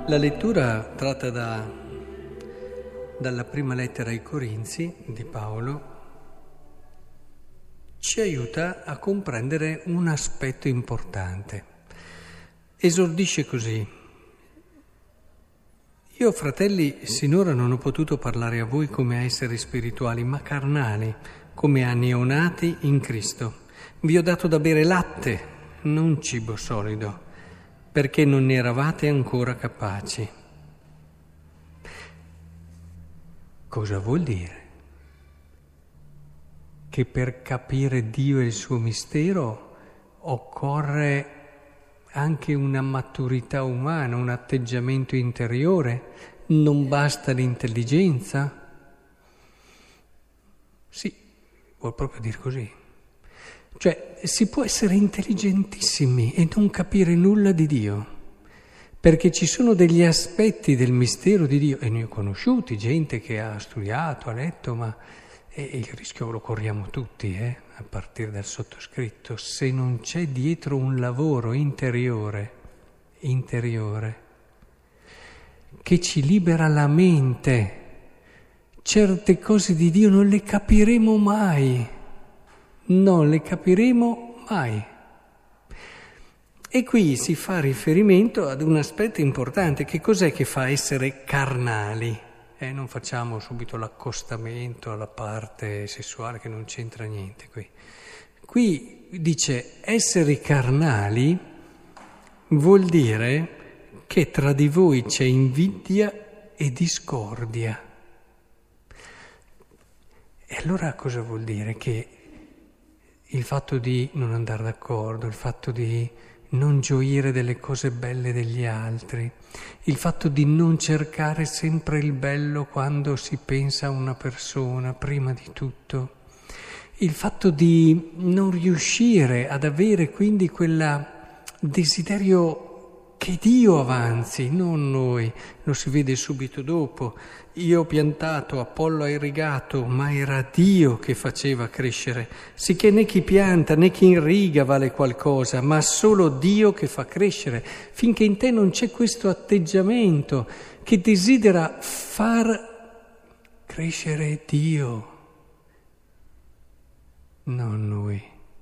La lettura tratta dalla prima lettera ai Corinzi di Paolo ci aiuta a comprendere un aspetto importante. Esordisce così: io, fratelli, sinora non ho potuto parlare a voi come a esseri spirituali, ma carnali, come a neonati in Cristo. Vi ho dato da bere latte, non cibo solido, perché non ne eravate ancora capaci. Cosa vuol dire? Che per capire Dio e il suo mistero occorre anche una maturità umana, un atteggiamento interiore? Non basta l'intelligenza? Sì, vuol proprio dire così. Cioè, si può essere intelligentissimi e non capire nulla di Dio, perché ci sono degli aspetti del mistero di Dio, e ne ho conosciuti, gente che ha studiato, ha letto, ma il rischio lo corriamo tutti, a partire dal sottoscritto, se non c'è dietro un lavoro interiore, che ci libera la mente. Certe cose di Dio non le capiremo mai. E qui si fa riferimento ad un aspetto importante. Che cos'è che fa essere carnali? Non facciamo subito l'accostamento alla parte sessuale che non c'entra niente qui. Qui dice essere carnali vuol dire che tra di voi c'è invidia e discordia. E allora cosa vuol dire? Che il fatto di non andare d'accordo, il fatto di non gioire delle cose belle degli altri, il fatto di non cercare sempre il bello quando si pensa a una persona, prima di tutto, il fatto di non riuscire ad avere quindi quel desiderio che Dio avanzi, non noi, lo si vede subito dopo. Io ho piantato, Apollo ha irrigato, ma era Dio che faceva crescere, sicché né chi pianta né chi irriga vale qualcosa, ma solo Dio che fa crescere. Finché in te non c'è questo atteggiamento che desidera far crescere Dio, non noi,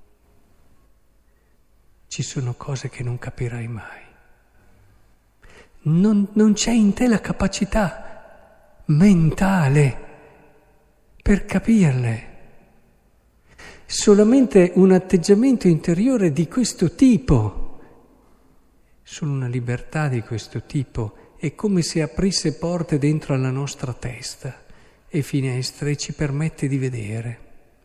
ci sono cose che non capirai mai. Non c'è in te la capacità mentale per capirle. Solamente un atteggiamento interiore di questo tipo, solo una libertà di questo tipo, è come se aprisse porte dentro alla nostra testa e finestre e ci permette di vedere.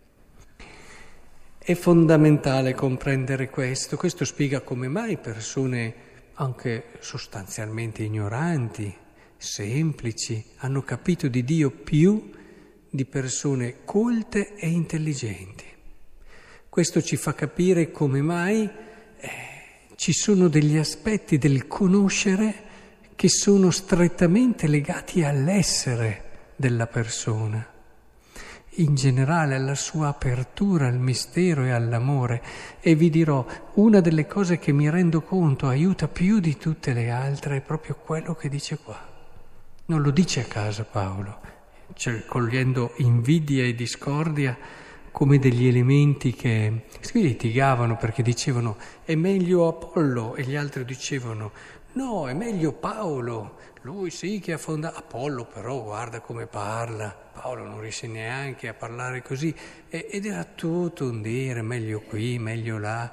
È fondamentale comprendere questo. Questo spiega come mai persone anche sostanzialmente ignoranti, semplici, hanno capito di Dio più di persone colte e intelligenti. Questo ci fa capire come mai ci sono degli aspetti del conoscere che sono strettamente legati all'essere della persona, in generale alla sua apertura al mistero e all'amore. E vi dirò, una delle cose che mi rendo conto aiuta più di tutte le altre è proprio quello che dice qua. Non lo dice a caso Paolo, cioè cogliendo invidia e discordia come degli elementi che si litigavano perché dicevano è meglio Apollo e gli altri dicevano no, è meglio Paolo, lui sì che ha fondato, Apollo però guarda come parla, Paolo non riesce neanche a parlare così, ed era tutto un dire, meglio qui, meglio là.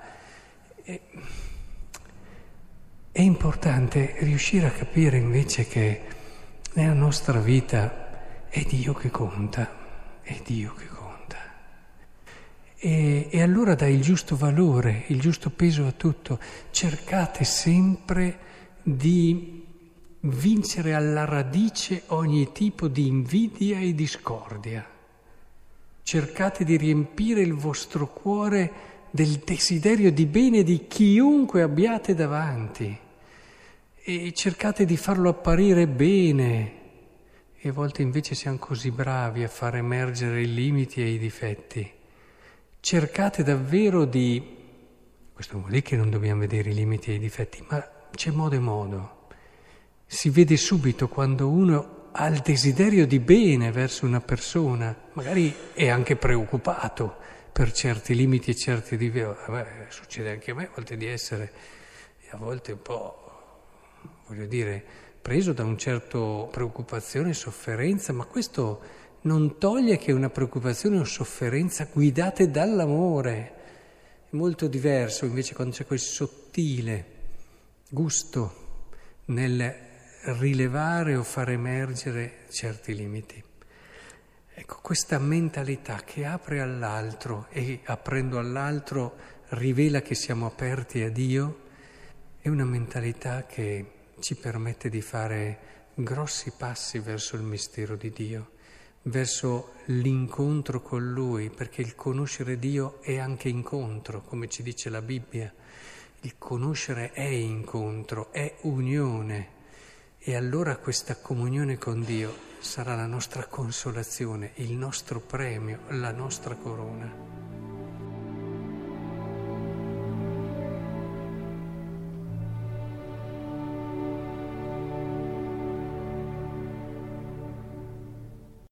È importante riuscire a capire invece che nella nostra vita è Dio che conta, è Dio che conta. E allora dai il giusto valore, il giusto peso a tutto. Cercate sempre di vincere alla radice ogni tipo di invidia e discordia. Cercate di riempire il vostro cuore del desiderio di bene di chiunque abbiate davanti e cercate di farlo apparire bene. E a volte invece siamo così bravi a far emergere i limiti e i difetti. Cercate davvero di, questo non vuol dire che non dobbiamo vedere i limiti e i difetti, ma c'è modo e modo. Si vede subito quando uno ha il desiderio di bene verso una persona, magari è anche preoccupato per certi limiti e certi succede anche a me a volte di essere, a volte un po', voglio dire, preso da un certo preoccupazione e sofferenza, ma questo non toglie che una preoccupazione o sofferenza guidate dall'amore. È molto diverso invece quando c'è quel sottile gusto nel rilevare o far emergere certi limiti. Ecco, questa mentalità che apre all'altro e aprendo all'altro rivela che siamo aperti a Dio, è una mentalità che ci permette di fare grossi passi verso il mistero di Dio, verso l'incontro con Lui, perché il conoscere Dio è anche incontro, come ci dice la Bibbia. Il conoscere è incontro, è unione. E allora questa comunione con Dio sarà la nostra consolazione, il nostro premio, la nostra corona.